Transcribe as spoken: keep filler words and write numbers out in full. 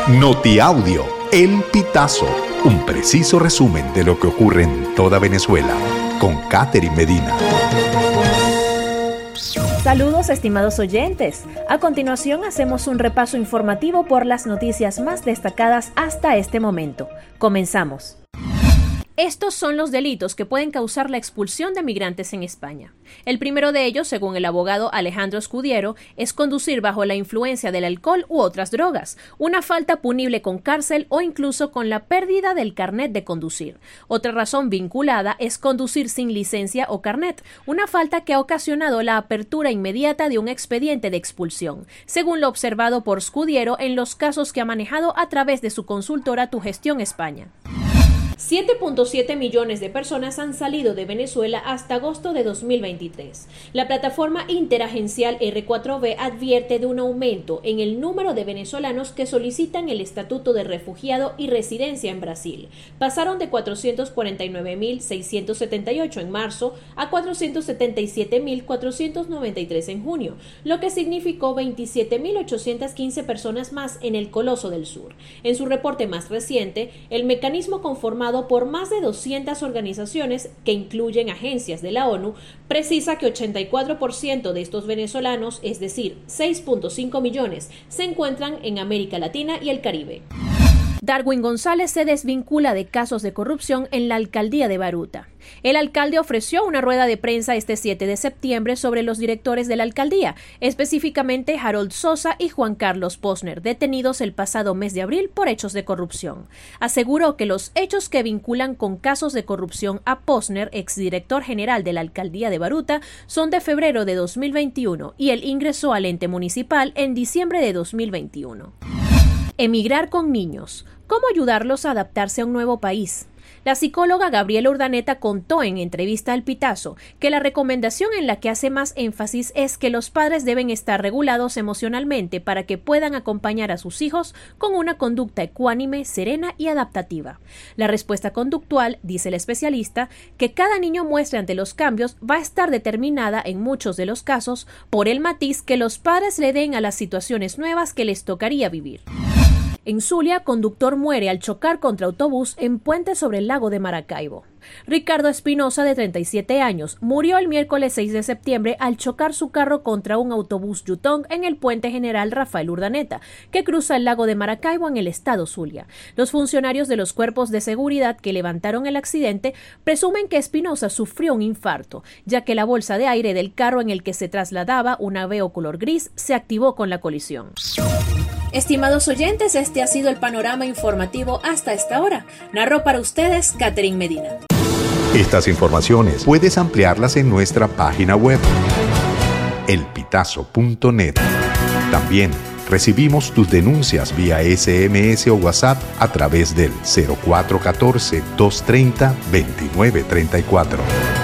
Notiaudio, El Pitazo, un preciso resumen de lo que ocurre en toda Venezuela, con Catherine Medina. Saludos, estimados oyentes. A continuación hacemos un repaso informativo por las noticias más destacadas hasta este momento. Comenzamos. Estos son los delitos que pueden causar la expulsión de migrantes en España. El primero de ellos, según el abogado Alejandro Scudiero, es conducir bajo la influencia del alcohol u otras drogas, una falta punible con cárcel o incluso con la pérdida del carnet de conducir. Otra razón vinculada es conducir sin licencia o carnet, una falta que ha ocasionado la apertura inmediata de un expediente de expulsión, según lo observado por Scudiero en los casos que ha manejado a través de su consultora Tu Gestión España. siete punto siete millones de personas han salido de Venezuela hasta agosto de dos mil veintitrés. La plataforma interagencial erre cuatro be advierte de un aumento en el número de venezolanos que solicitan el estatuto de refugiado y residencia en Brasil. Pasaron de cuatrocientos cuarenta y nueve mil seiscientos setenta y ocho en marzo a cuatrocientos setenta y siete mil cuatrocientos noventa y tres en junio, lo que significó veintisiete mil ochocientas quince personas más en el Coloso del Sur. En su reporte más reciente, el mecanismo conformado por más de doscientas organizaciones que incluyen agencias de la ONU, precisa que ochenta y cuatro por ciento de estos venezolanos, es decir, seis punto cinco millones, se encuentran en América Latina y el Caribe. Darwin González se desvincula de casos de corrupción en la alcaldía de Baruta. El alcalde ofreció una rueda de prensa este siete de septiembre sobre los directores de la alcaldía, específicamente Harold Sosa y Juan Carlos Posner, detenidos el pasado mes de abril por hechos de corrupción. Aseguró que los hechos que vinculan con casos de corrupción a Posner, exdirector general de la alcaldía de Baruta, son de febrero de dos mil veintiuno y él ingresó al ente municipal en diciembre de dos mil veintiuno. Emigrar con niños. ¿Cómo ayudarlos a adaptarse a un nuevo país? La psicóloga Gabriela Urdaneta contó en entrevista al Pitazo que la recomendación en la que hace más énfasis es que los padres deben estar regulados emocionalmente para que puedan acompañar a sus hijos con una conducta ecuánime, serena y adaptativa. La respuesta conductual, dice el especialista, que cada niño muestre ante los cambios va a estar determinada en muchos de los casos por el matiz que los padres le den a las situaciones nuevas que les tocaría vivir. En Zulia, conductor muere al chocar contra autobús en puente sobre el lago de Maracaibo. Ricardo Espinosa, de treinta y siete años, murió el miércoles seis de septiembre al chocar su carro contra un autobús Yutong en el puente General Rafael Urdaneta, que cruza el lago de Maracaibo en el estado Zulia. Los funcionarios de los cuerpos de seguridad que levantaron el accidente presumen que Espinosa sufrió un infarto, ya que la bolsa de aire del carro en el que se trasladaba, un Aveo color gris, se activó con la colisión. Estimados oyentes, este ha sido el panorama informativo hasta esta hora. Narró para ustedes Catherine Medina. Estas informaciones puedes ampliarlas en nuestra página web, el pitazo punto net. También recibimos tus denuncias vía ese eme ese o WhatsApp a través del cero cuatro uno cuatro, dos tres cero, dos nueve tres cuatro.